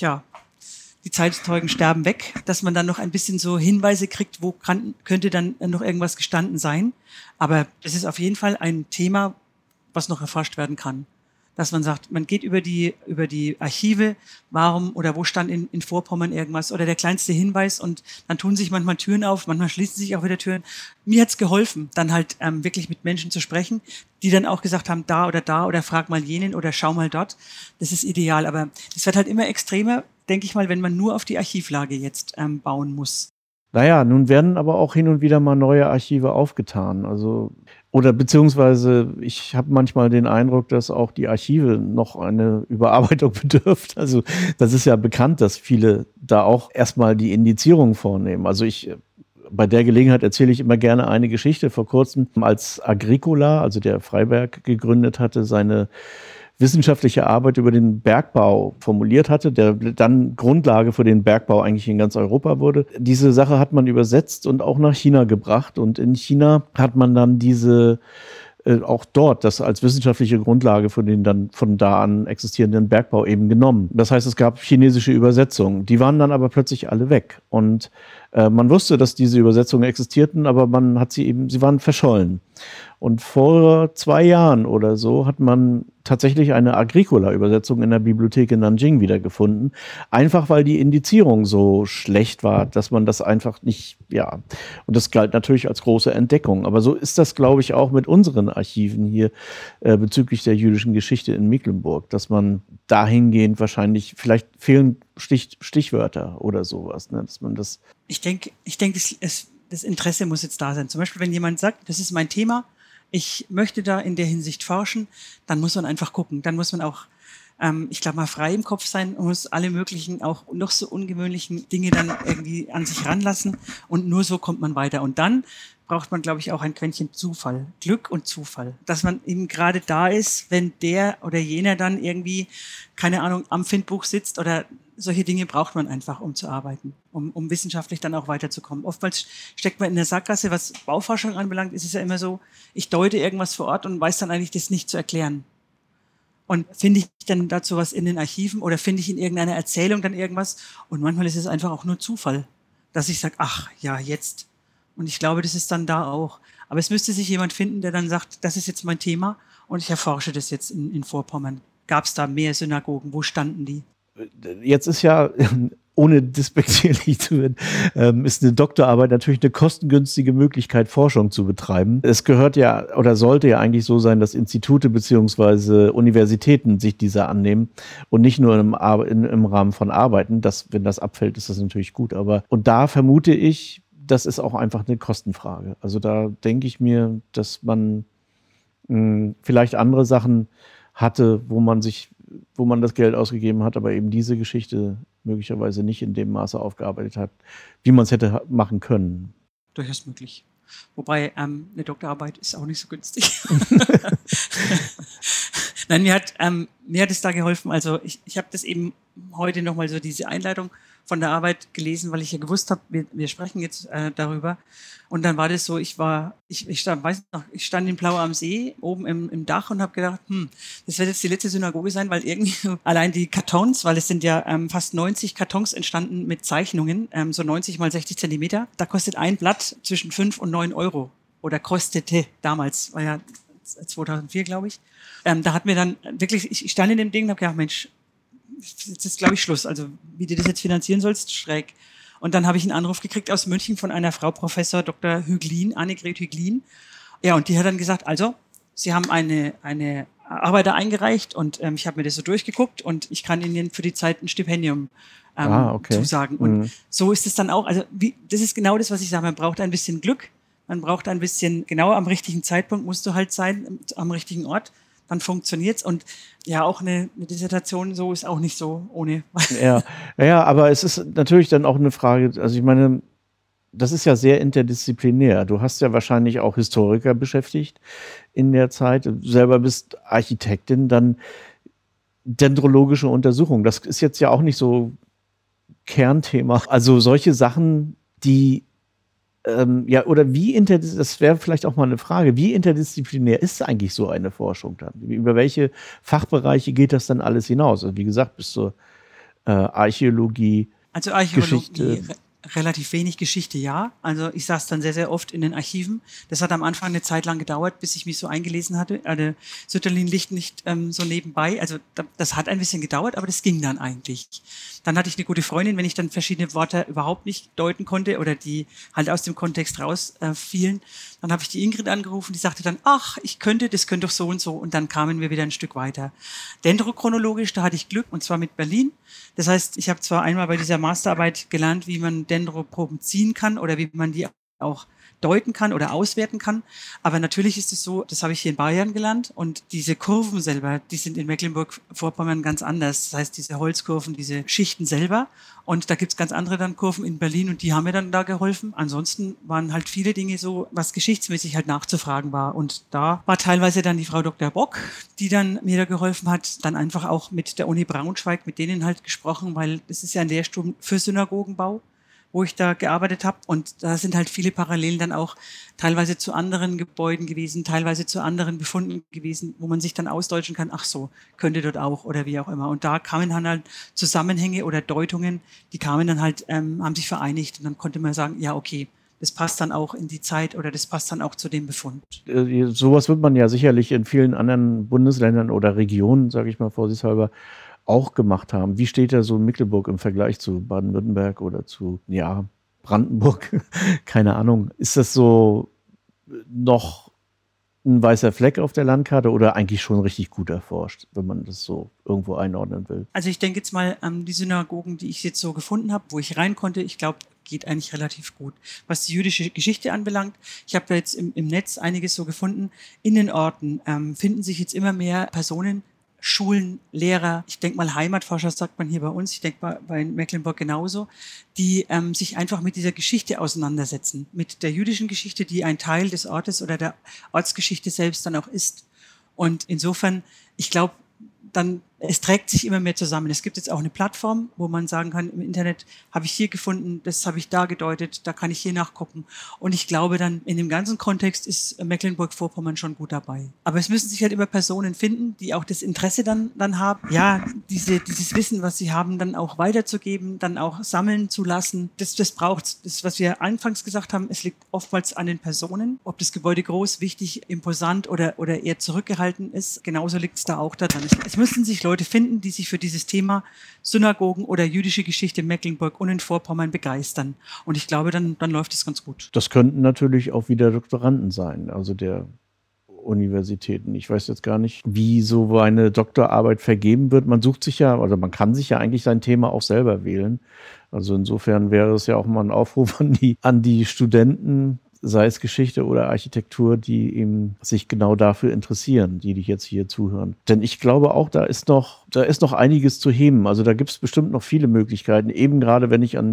die Zeitzeugen sterben weg, dass man dann noch ein bisschen so Hinweise kriegt, wo könnte dann noch irgendwas gestanden sein. Aber das ist auf jeden Fall ein Thema, was noch erforscht werden kann. Dass man sagt, man geht über die Archive, warum oder wo stand in Vorpommern irgendwas oder der kleinste Hinweis und dann tun sich manchmal Türen auf, manchmal schließen sich auch wieder Türen. Mir hat's geholfen, dann halt wirklich mit Menschen zu sprechen, die dann auch gesagt haben, da oder frag mal jenen oder schau mal dort. Das ist ideal, aber das wird halt immer extremer, denke ich mal, wenn man nur auf die Archivlage jetzt bauen muss.
Naja, nun werden aber auch hin und wieder mal neue Archive aufgetan. Also, oder beziehungsweise ich habe manchmal den Eindruck, dass auch die Archive noch eine Überarbeitung bedürft. Also das ist ja bekannt, dass viele da auch erstmal die Indizierung vornehmen. Also bei der Gelegenheit erzähle ich immer gerne eine Geschichte. Vor kurzem, als Agricola, also der Freiberg gegründet hatte, seine wissenschaftliche Arbeit über den Bergbau formuliert hatte, der dann Grundlage für den Bergbau eigentlich in ganz Europa wurde. Diese Sache hat man übersetzt und auch nach China gebracht. Und in China hat man dann diese auch dort das als wissenschaftliche Grundlage für den dann von da an existierenden Bergbau eben genommen. Das heißt, es gab chinesische Übersetzungen. Die waren dann aber plötzlich alle weg. Und man wusste, dass diese Übersetzungen existierten, aber man hat sie waren verschollen. Und vor 2 Jahren oder so hat man tatsächlich eine Agricola-Übersetzung in der Bibliothek in Nanjing wiedergefunden. Einfach weil die Indizierung so schlecht war, dass man das einfach nicht, ja. Und das galt natürlich als große Entdeckung. Aber so ist das, glaube ich, auch mit unseren Archiven hier bezüglich der jüdischen Geschichte in Mecklenburg, dass man dahingehend wahrscheinlich, vielleicht fehlen Stichwörter oder sowas, ne? Dass man das.
Ich denke, das Interesse muss jetzt da sein. Zum Beispiel, wenn jemand sagt, das ist mein Thema, ich möchte da in der Hinsicht forschen, dann muss man einfach gucken. Dann muss man auch, ich glaube mal, frei im Kopf sein und muss alle möglichen, auch noch so ungewöhnlichen Dinge dann irgendwie an sich ranlassen. Und nur so kommt man weiter. Und dann braucht man, glaube ich, auch ein Quäntchen Zufall, Glück und Zufall. Dass man eben gerade da ist, wenn der oder jener dann irgendwie, keine Ahnung, am Findbuch sitzt oder solche Dinge braucht man einfach, um zu arbeiten, um wissenschaftlich dann auch weiterzukommen. Oftmals steckt man in der Sackgasse, was Bauforschung anbelangt, ist es ja immer so, ich deute irgendwas vor Ort und weiß dann eigentlich das nicht zu erklären. Und finde ich dann dazu was in den Archiven oder finde ich in irgendeiner Erzählung dann irgendwas und manchmal ist es einfach auch nur Zufall, dass ich sage, ach ja, jetzt. Und ich glaube, das ist dann da auch. Aber es müsste sich jemand finden, der dann sagt, das ist jetzt mein Thema und ich erforsche das jetzt in Vorpommern. Gab es da mehr Synagogen? Wo standen die?
Jetzt ist ja, ohne despektierlich zu werden, ist eine Doktorarbeit natürlich eine kostengünstige Möglichkeit, Forschung zu betreiben. Es gehört ja oder sollte ja eigentlich so sein, dass Institute bzw. Universitäten sich dieser annehmen und nicht nur im Rahmen von Arbeiten. Wenn das abfällt, ist das natürlich gut. Und da vermute ich, das ist auch einfach eine Kostenfrage. Also da denke ich mir, dass man vielleicht andere Sachen hatte, wo man das Geld ausgegeben hat, aber eben diese Geschichte möglicherweise nicht in dem Maße aufgearbeitet hat, wie man es hätte machen können.
Durchaus möglich. Wobei eine Doktorarbeit ist auch nicht so günstig. Nein, mir hat es da geholfen. Also ich habe das eben heute nochmal so diese Einleitung von der Arbeit gelesen, weil ich ja gewusst habe, wir sprechen jetzt darüber. Und dann war das so, ich stand in Plaue am See, oben im Dach und habe gedacht, das wird jetzt die letzte Synagoge sein, weil irgendwie allein die Kartons, weil es sind ja fast 90 Kartons entstanden mit Zeichnungen, so 90 mal 60 Zentimeter. Da kostet ein Blatt zwischen 5 und 9 Euro. Oder kostete damals, war ja 2004, glaube ich. Da hat mir dann wirklich, ich stand in dem Ding und habe gedacht, Mensch, jetzt ist, glaube ich, Schluss. Also, wie du das jetzt finanzieren sollst, schräg. Und dann habe ich einen Anruf gekriegt aus München von einer Frau, Professor Dr. Hüglin, Annegret Hüglin. Ja, und die hat dann gesagt, also, Sie haben eine Arbeit eingereicht und ich habe mir das so durchgeguckt und ich kann Ihnen für die Zeit ein Stipendium zusagen. Und so ist es dann auch. Also, das ist genau das, was ich sage. Man braucht ein bisschen Glück. Man braucht ein bisschen, genau am richtigen Zeitpunkt musst du halt sein, am richtigen Ort. Dann funktioniert's und ja, auch eine Dissertation so ist auch nicht so ohne.
Ja, aber es ist natürlich dann auch eine Frage, also ich meine, das ist ja sehr interdisziplinär. Du hast ja wahrscheinlich auch Historiker beschäftigt in der Zeit. Du selber bist Architektin, dann dendrologische Untersuchung. Das ist jetzt ja auch nicht so Kernthema. Also solche Sachen, die oder das wäre vielleicht auch mal eine Frage, wie interdisziplinär ist eigentlich so eine Forschung dann? Über welche Fachbereiche geht das dann alles hinaus? Also wie gesagt, bis zur Archäologie,
also Archäologie,
Geschichte.
Relativ wenig Geschichte, ja. Also ich saß dann sehr, sehr oft in den Archiven. Das hat am Anfang eine Zeit lang gedauert, bis ich mich so eingelesen hatte. Sütterlin liegt nicht so nebenbei. Also das hat ein bisschen gedauert, aber das ging dann eigentlich. Dann hatte ich eine gute Freundin, wenn ich dann verschiedene Worte überhaupt nicht deuten konnte oder die halt aus dem Kontext rausfielen, dann habe ich die Ingrid angerufen, die sagte dann, ach, das könnte doch so und so. Und dann kamen wir wieder ein Stück weiter. Dendrochronologisch, da hatte ich Glück, und zwar mit Berlin. Das heißt, ich habe zwar einmal bei dieser Masterarbeit gelernt, wie man Dendroproben ziehen kann oder wie man die auch deuten kann oder auswerten kann. Aber natürlich ist es so, das habe ich hier in Bayern gelernt, und diese Kurven selber, die sind in Mecklenburg-Vorpommern ganz anders. Das heißt, diese Holzkurven, diese Schichten selber. Und da gibt's ganz andere dann Kurven in Berlin, und die haben mir dann da geholfen. Ansonsten waren halt viele Dinge so, was geschichtsmäßig halt nachzufragen war. Und da war teilweise dann die Frau Dr. Bock, die dann mir da geholfen hat. Dann einfach auch mit der Uni Braunschweig, mit denen halt gesprochen, weil das ist ja ein Lehrstuhl für Synagogenbau. wo ich da gearbeitet habe. Und da sind halt viele Parallelen dann auch teilweise zu anderen Gebäuden gewesen, teilweise zu anderen Befunden gewesen, wo man sich dann ausdeutschen kann, ach so, könnte dort auch oder wie auch immer. Und da kamen dann halt Zusammenhänge oder Deutungen, die kamen dann halt, haben sich vereinigt. Und dann konnte man sagen, ja, okay, das passt dann auch in die Zeit oder das passt dann auch zu dem Befund.
Sowas wird man ja sicherlich in vielen anderen Bundesländern oder Regionen, sage ich mal vorsichtshalber, auch gemacht haben. Wie steht da so Mecklenburg im Vergleich zu Baden-Württemberg oder zu, ja, Brandenburg? Keine Ahnung. Ist das so noch ein weißer Fleck auf der Landkarte oder eigentlich schon richtig gut erforscht, wenn man das so irgendwo einordnen will?
Also ich denke jetzt mal an die Synagogen, die ich jetzt so gefunden habe, wo ich rein konnte. Ich glaube, geht eigentlich relativ gut. Was die jüdische Geschichte anbelangt, ich habe da jetzt im Netz einiges so gefunden. In den Orten finden sich jetzt immer mehr Personen, Schulen, Lehrer, ich denke mal Heimatforscher, sagt man hier bei uns, ich denke bei Mecklenburg genauso, die sich einfach mit dieser Geschichte auseinandersetzen, mit der jüdischen Geschichte, die ein Teil des Ortes oder der Ortsgeschichte selbst dann auch ist. Und insofern, ich glaube, dann, es trägt sich immer mehr zusammen. Es gibt jetzt auch eine Plattform, wo man sagen kann, im Internet habe ich hier gefunden, das habe ich da gedeutet, da kann ich hier nachgucken. Und ich glaube dann, in dem ganzen Kontext ist Mecklenburg-Vorpommern schon gut dabei. Aber es müssen sich halt immer Personen finden, die auch das Interesse dann haben, ja, dieses Wissen, was sie haben, dann auch weiterzugeben, dann auch sammeln zu lassen. Das braucht's. Das, was wir anfangs gesagt haben, es liegt oftmals an den Personen, ob das Gebäude groß, wichtig, imposant oder eher zurückgehalten ist. Genauso liegt es da auch daran. Es müssen sich Leute finden, die sich für dieses Thema Synagogen oder jüdische Geschichte in Mecklenburg und in Vorpommern begeistern. Und ich glaube, dann läuft es ganz gut.
Das könnten natürlich auch wieder Doktoranden sein, also der Universitäten. Ich weiß jetzt gar nicht, wie so eine Doktorarbeit vergeben wird. Man sucht sich ja, oder man kann sich ja eigentlich sein Thema auch selber wählen. Also insofern wäre es ja auch mal ein Aufruf an die Studenten, sei es Geschichte oder Architektur, die eben sich genau dafür interessieren, die jetzt hier zuhören. Denn ich glaube auch, da ist noch einiges zu heben. Also da gibt es bestimmt noch viele Möglichkeiten, eben gerade wenn ich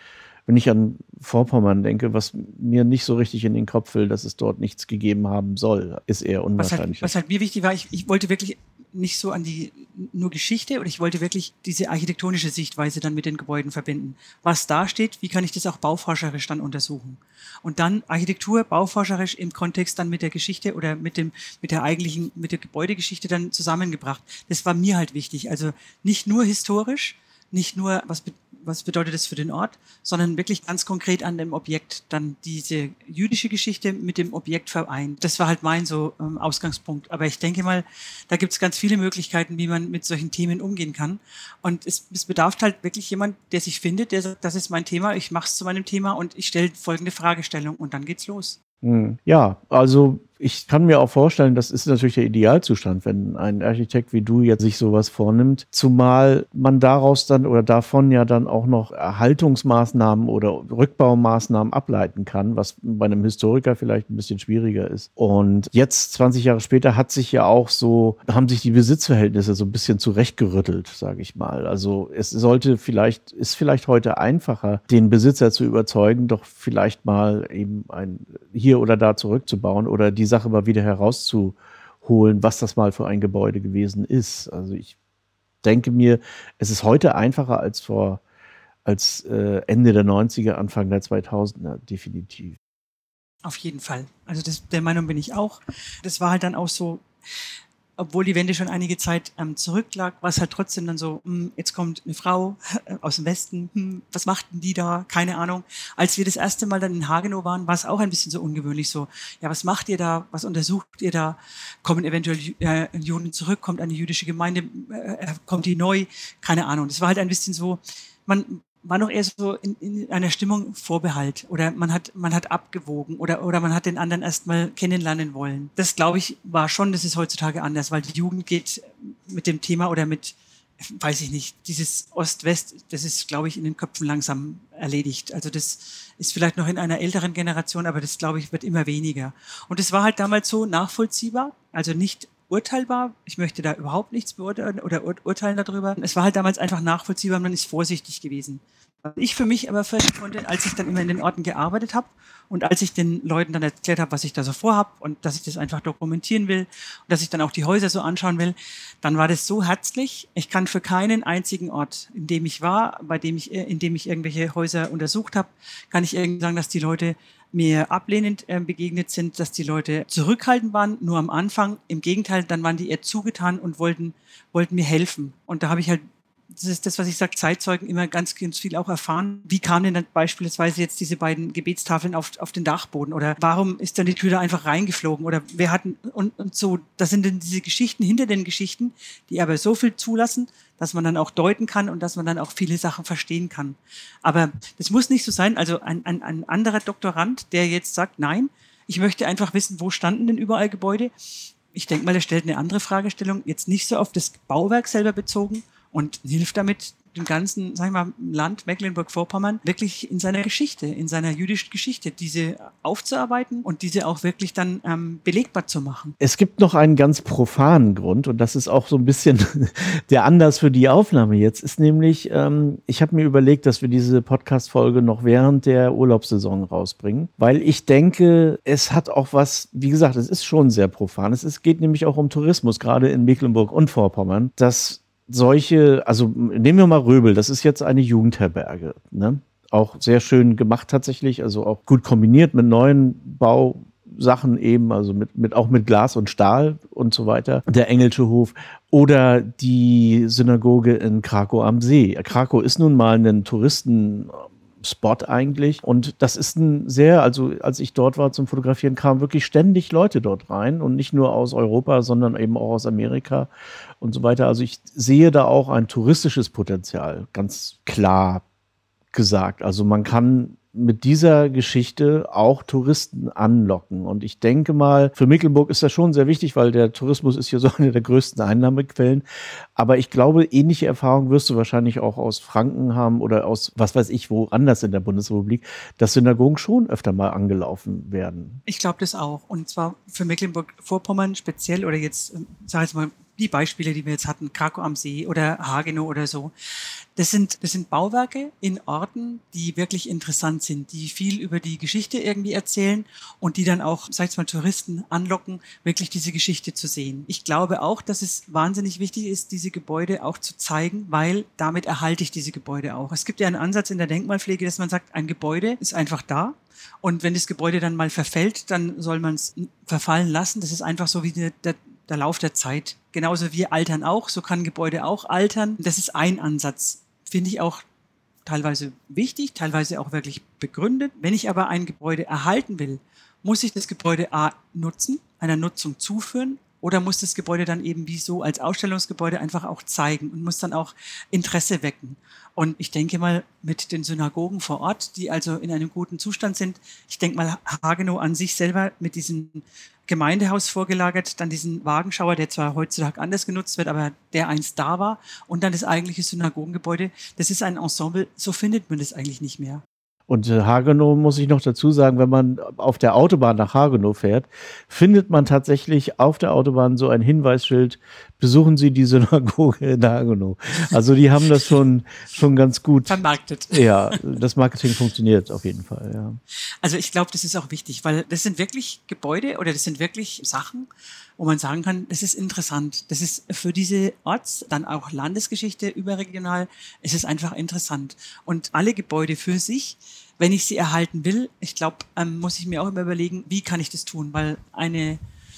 an Vorpommern denke, was mir nicht so richtig in den Kopf will, dass es dort nichts gegeben haben soll, ist eher unwahrscheinlich.
Was halt mir wichtig war, ich wollte wirklich nicht so an die nur Geschichte, oder ich wollte wirklich diese architektonische Sichtweise dann mit den Gebäuden verbinden. Was da steht, wie kann ich das auch bauforscherisch dann untersuchen? Und dann Architektur bauforscherisch im Kontext dann mit der Geschichte oder mit der Gebäudegeschichte dann zusammengebracht. Das war mir halt wichtig. Also nicht nur historisch, nicht nur, was bedeutet das für den Ort, sondern wirklich ganz konkret an dem Objekt dann diese jüdische Geschichte mit dem Objekt vereint. Das war halt mein Ausgangspunkt. Aber ich denke mal, da gibt es ganz viele Möglichkeiten, wie man mit solchen Themen umgehen kann. Und es bedarf halt wirklich jemand, der sich findet, der sagt, das ist mein Thema, ich mache es zu meinem Thema und ich stelle folgende Fragestellung und dann geht's los.
Ja, also ich kann mir auch vorstellen, das ist natürlich der Idealzustand, wenn ein Architekt wie du jetzt sich sowas vornimmt, zumal man daraus dann oder davon ja dann auch noch Erhaltungsmaßnahmen oder Rückbaumaßnahmen ableiten kann, was bei einem Historiker vielleicht ein bisschen schwieriger ist. Und jetzt, 20 Jahre später, haben sich die Besitzverhältnisse so ein bisschen zurechtgerüttelt, sage ich mal. Also ist vielleicht heute einfacher, den Besitzer zu überzeugen, doch vielleicht mal eben ein hier oder da zurückzubauen oder die Sache mal wieder herauszuholen, was das mal für ein Gebäude gewesen ist. Also ich denke mir, es ist heute einfacher als Ende der 90er, Anfang der 2000er, definitiv.
Auf jeden Fall. Also der Meinung bin ich auch. Das war halt dann auch so, obwohl die Wende schon einige Zeit zurücklag, war es halt trotzdem dann so, jetzt kommt eine Frau aus dem Westen, was machten die da? Keine Ahnung. Als wir das erste Mal dann in Hagenow waren, war es auch ein bisschen so ungewöhnlich so, ja, was macht ihr da? Was untersucht ihr da? Kommen eventuell Juden zurück? Kommt eine jüdische Gemeinde? Kommt die neu? Keine Ahnung. Das war halt ein bisschen so, man war noch eher so in einer Stimmung Vorbehalt oder man hat abgewogen oder man hat den anderen erstmal kennenlernen wollen. Das, glaube ich, war schon, das ist heutzutage anders, weil die Jugend geht mit dem Thema oder mit, weiß ich nicht, dieses Ost-West, das ist, glaube ich, in den Köpfen langsam erledigt. Also das ist vielleicht noch in einer älteren Generation, aber das, glaube ich, wird immer weniger. Und es war halt damals so nachvollziehbar, also nicht urteilbar. Ich möchte da überhaupt nichts beurteilen oder urteilen darüber. Es war halt damals einfach nachvollziehbar, man ist vorsichtig gewesen. Was ich für mich aber feststellen konnte, als ich dann immer in den Orten gearbeitet habe und als ich den Leuten dann erklärt habe, was ich da so vorhab und dass ich das einfach dokumentieren will und dass ich dann auch die Häuser so anschauen will, dann war das so herzlich. Ich kann für keinen einzigen Ort, in dem ich war, in dem ich irgendwelche Häuser untersucht habe, kann ich irgendwie sagen, dass die Leute mir ablehnend begegnet sind, dass die Leute zurückhaltend waren, nur am Anfang. Im Gegenteil, dann waren die eher zugetan und wollten mir helfen. Und da habe ich halt, das ist das, was ich sage, Zeitzeugen immer ganz, ganz viel auch erfahren. Wie kamen denn dann beispielsweise jetzt diese beiden Gebetstafeln auf den Dachboden? Oder warum ist dann die Tür da einfach reingeflogen? Oder wer hat, und so, das sind dann diese Geschichten hinter den Geschichten, die aber so viel zulassen, dass man dann auch deuten kann und dass man dann auch viele Sachen verstehen kann. Aber das muss nicht so sein. Also ein anderer Doktorand, der jetzt sagt, nein, ich möchte einfach wissen, wo standen denn überall Gebäude? Ich denke mal, er stellt eine andere Fragestellung, jetzt nicht so auf das Bauwerk selber bezogen, und hilft damit dem ganzen, sagen wir mal, Land Mecklenburg-Vorpommern wirklich in seiner Geschichte, in seiner jüdischen Geschichte, diese aufzuarbeiten und diese auch wirklich dann belegbar zu machen.
Es gibt noch einen ganz profanen Grund und das ist auch so ein bisschen der Anlass für die Aufnahme jetzt, ist nämlich, ich habe mir überlegt, dass wir diese Podcast-Folge noch während der Urlaubssaison rausbringen, weil ich denke, es hat auch was, wie gesagt, es ist schon sehr profan. Es geht nämlich auch um Tourismus, gerade in Mecklenburg und Vorpommern, dass also nehmen wir mal Röbel, das ist jetzt eine Jugendherberge, ne? Auch sehr schön gemacht tatsächlich, also auch gut kombiniert mit neuen Bausachen eben, also auch mit Glas und Stahl und so weiter. Der Engelsche Hof oder die Synagoge in Krakow am See. Krakow ist nun mal ein Touristenspot eigentlich. Und das ist also als ich dort war zum Fotografieren, kamen wirklich ständig Leute dort rein und nicht nur aus Europa, sondern eben auch aus Amerika und so weiter. Also ich sehe da auch ein touristisches Potenzial, ganz klar gesagt. Also man kann mit dieser Geschichte auch Touristen anlocken. Und ich denke mal, für Mecklenburg ist das schon sehr wichtig, weil der Tourismus ist hier so eine der größten Einnahmequellen. Aber ich glaube, ähnliche Erfahrungen wirst du wahrscheinlich auch aus Franken haben oder aus, was weiß ich, woanders in der Bundesrepublik, dass Synagogen schon öfter mal angelaufen werden.
Ich glaube das auch. Und zwar für Mecklenburg-Vorpommern speziell oder jetzt, sag ich mal, die Beispiele, die wir jetzt hatten, Krakow am See oder Hagenow oder so. Das sind Bauwerke in Orten, die wirklich interessant sind, die viel über die Geschichte irgendwie erzählen und die dann auch, sag ich mal, Touristen anlocken, wirklich diese Geschichte zu sehen. Ich glaube auch, dass es wahnsinnig wichtig ist, diese Gebäude auch zu zeigen, weil damit erhalte ich diese Gebäude auch. Es gibt ja einen Ansatz in der Denkmalpflege, dass man sagt, ein Gebäude ist einfach da. Und wenn das Gebäude dann mal verfällt, dann soll man es verfallen lassen. Das ist einfach so wie der Lauf der Zeit. Genauso wir altern auch, so kann ein Gebäude auch altern. Das ist ein Ansatz. Finde ich auch teilweise wichtig, teilweise auch wirklich begründet. Wenn ich aber ein Gebäude erhalten will, muss ich das Gebäude A nutzen, einer Nutzung zuführen, oder muss das Gebäude dann eben wie so als Ausstellungsgebäude einfach auch zeigen und muss dann auch Interesse wecken. Und ich denke mal, mit den Synagogen vor Ort, die also in einem guten Zustand sind, ich denke mal, Hagenow an sich selber mit diesem Gemeindehaus vorgelagert, dann diesen Wagenschauer, der zwar heutzutage anders genutzt wird, aber der einst da war, und dann das eigentliche Synagogengebäude, das ist ein Ensemble, so findet man das eigentlich nicht mehr.
Und Hagenow, muss ich noch dazu sagen, wenn man auf der Autobahn nach Hagenow fährt, findet man tatsächlich auf der Autobahn so ein Hinweisschild: Besuchen Sie die Synagoge in Hagenow. Also die haben das schon ganz gut
vermarktet.
Ja, das Marketing funktioniert auf jeden Fall, ja.
Also ich glaube, das ist auch wichtig, weil das sind wirklich Gebäude oder das sind wirklich Sachen, wo man sagen kann, das ist interessant. Das ist für diese Orts-, dann auch Landesgeschichte, überregional, es ist einfach interessant. Und alle Gebäude für sich, wenn ich sie erhalten will, ich glaube, muss ich mir auch immer überlegen, wie kann ich das tun? Weil ein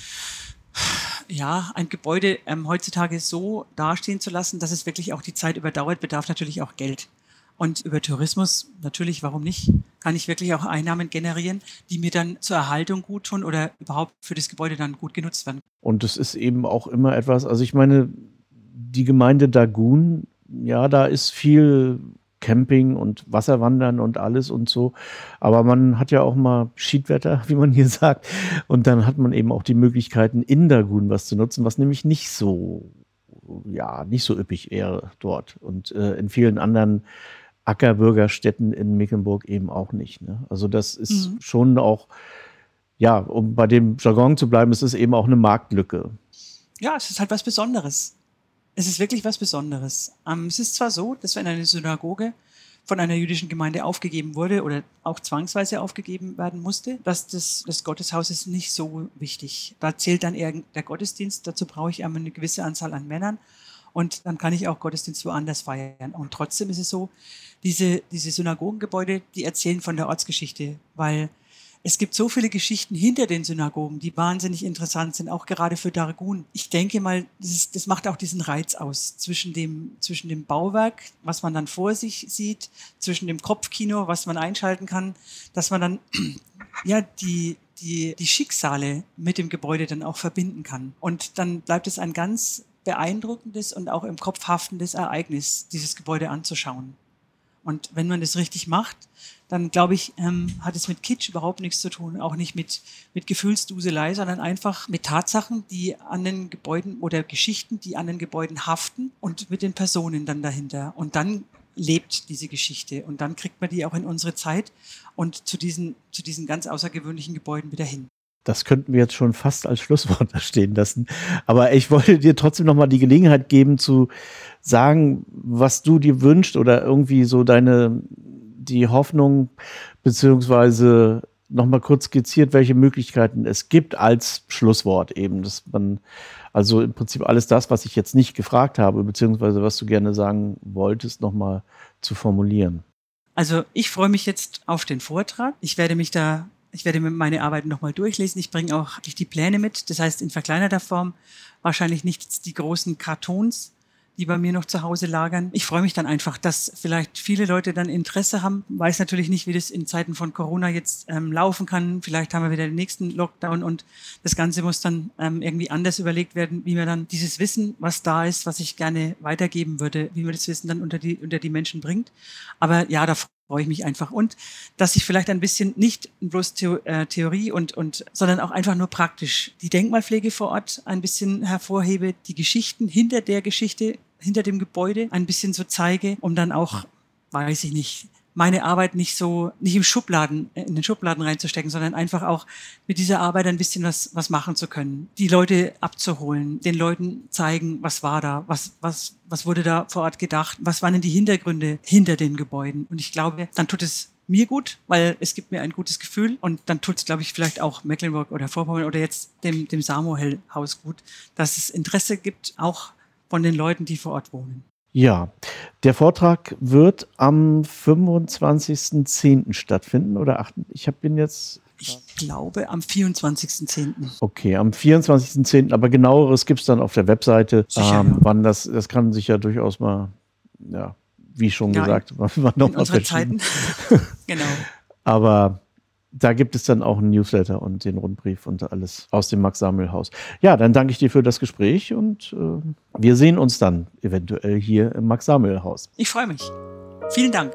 Gebäude heutzutage so dastehen zu lassen, dass es wirklich auch die Zeit überdauert, bedarf natürlich auch Geld. Und über Tourismus, natürlich, warum nicht, kann ich wirklich auch Einnahmen generieren, die mir dann zur Erhaltung gut tun oder überhaupt für das Gebäude dann gut genutzt werden.
Und es ist eben auch immer etwas, also ich meine, die Gemeinde Dagun, ja, da ist viel Camping und Wasserwandern und alles und so. Aber man hat ja auch mal Schiedwetter, wie man hier sagt. Und dann hat man eben auch die Möglichkeiten, in Dagun was zu nutzen, was nämlich nicht so üppig wäre dort. Und in vielen anderen Ackerbürgerstädten in Mecklenburg eben auch nicht. Ne? Also das ist schon auch, ja, um bei dem Jargon zu bleiben, es ist eben auch eine Marktlücke.
Ja, es ist halt was Besonderes. Es ist wirklich was Besonderes. Es ist zwar so, dass wenn eine Synagoge von einer jüdischen Gemeinde aufgegeben wurde oder auch zwangsweise aufgegeben werden musste, dass das Gotteshaus ist nicht so wichtig. Da zählt dann eher der Gottesdienst. Dazu brauche ich einmal eine gewisse Anzahl an Männern und dann kann ich auch Gottesdienst woanders feiern. Und trotzdem ist es so, diese Synagogengebäude, die erzählen von der Ortsgeschichte, weil es gibt so viele Geschichten hinter den Synagogen, die wahnsinnig interessant sind, auch gerade für Dargun. Ich denke mal, das macht auch diesen Reiz aus zwischen dem Bauwerk, was man dann vor sich sieht, zwischen dem Kopfkino, was man einschalten kann, dass man dann ja die Schicksale mit dem Gebäude dann auch verbinden kann. Und dann bleibt es ein ganz beeindruckendes und auch im Kopf haftendes Ereignis, dieses Gebäude anzuschauen. Und wenn man das richtig macht, dann glaube ich, hat es mit Kitsch überhaupt nichts zu tun, auch nicht mit Gefühlsduselei, sondern einfach mit Tatsachen, die an den Gebäuden oder Geschichten, die an den Gebäuden haften und mit den Personen dann dahinter. Und dann lebt diese Geschichte und dann kriegt man die auch in unsere Zeit und zu diesen ganz außergewöhnlichen Gebäuden wieder hin.
Das könnten wir jetzt schon fast als Schlusswort da stehen lassen. Aber ich wollte dir trotzdem nochmal die Gelegenheit geben, zu sagen, was du dir wünschst oder irgendwie so die Hoffnung, beziehungsweise nochmal kurz skizziert, welche Möglichkeiten es gibt als Schlusswort eben, dass man also im Prinzip alles das, was ich jetzt nicht gefragt habe, beziehungsweise was du gerne sagen wolltest, nochmal zu formulieren.
Also ich freue mich jetzt auf den Vortrag. Ich werde mir meine Arbeiten nochmal durchlesen. Ich bringe auch die Pläne mit, das heißt in verkleinerter Form, wahrscheinlich nicht die großen Kartons, die bei mir noch zu Hause lagern. Ich freue mich dann einfach, dass vielleicht viele Leute dann Interesse haben. Weiß natürlich nicht, wie das in Zeiten von Corona jetzt laufen kann. Vielleicht haben wir wieder den nächsten Lockdown und das Ganze muss dann irgendwie anders überlegt werden, wie man dann dieses Wissen, was da ist, was ich gerne weitergeben würde, wie man das Wissen dann unter die Menschen bringt. Aber ja, da freue ich mich einfach. Und dass ich vielleicht ein bisschen nicht bloß Theorie sondern auch einfach nur praktisch die Denkmalpflege vor Ort ein bisschen hervorhebe, die Geschichten hinter der Geschichte, hinter dem Gebäude ein bisschen so zeige, um dann auch, weiß ich nicht, meine Arbeit nicht in den Schubladen reinzustecken, sondern einfach auch mit dieser Arbeit ein bisschen was machen zu können. Die Leute abzuholen, den Leuten zeigen, was war da, was wurde da vor Ort gedacht, was waren denn die Hintergründe hinter den Gebäuden. Und ich glaube, dann tut es mir gut, weil es gibt mir ein gutes Gefühl und dann tut es, glaube ich, vielleicht auch Mecklenburg oder Vorpommern oder jetzt dem Samuel-Haus gut, dass es Interesse gibt, auch von den Leuten, die vor Ort wohnen.
Ja, der Vortrag wird am 25.10. stattfinden oder 8. Ich
glaube am 24.10.
Okay, am 24.10. Aber genaueres gibt es dann auf der Webseite.
Sicher, ja.
Wann das kann sich ja durchaus mal, ja, wie schon gesagt,
in unseren Zeiten. Genau.
Aber da gibt es dann auch einen Newsletter und den Rundbrief und alles aus dem Max-Samuel-Haus. Ja, dann danke ich dir für das Gespräch und wir sehen uns dann eventuell hier im Max-Samuel-Haus.
Ich freue mich. Vielen Dank.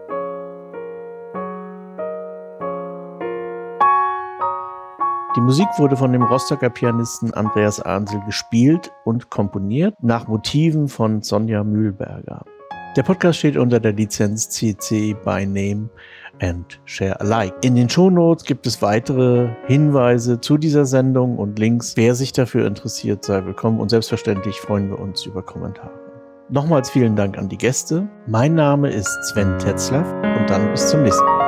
Die Musik wurde von dem Rostocker Pianisten Andreas Arnsel gespielt und komponiert nach Motiven von Sonja Mühlberger. Der Podcast steht unter der Lizenz CC by Name and Share Alike. In den Shownotes gibt es weitere Hinweise zu dieser Sendung und Links. Wer sich dafür interessiert, sei willkommen und selbstverständlich freuen wir uns über Kommentare. Nochmals vielen Dank an die Gäste. Mein Name ist Sven Tetzlaff und dann bis zum nächsten Mal.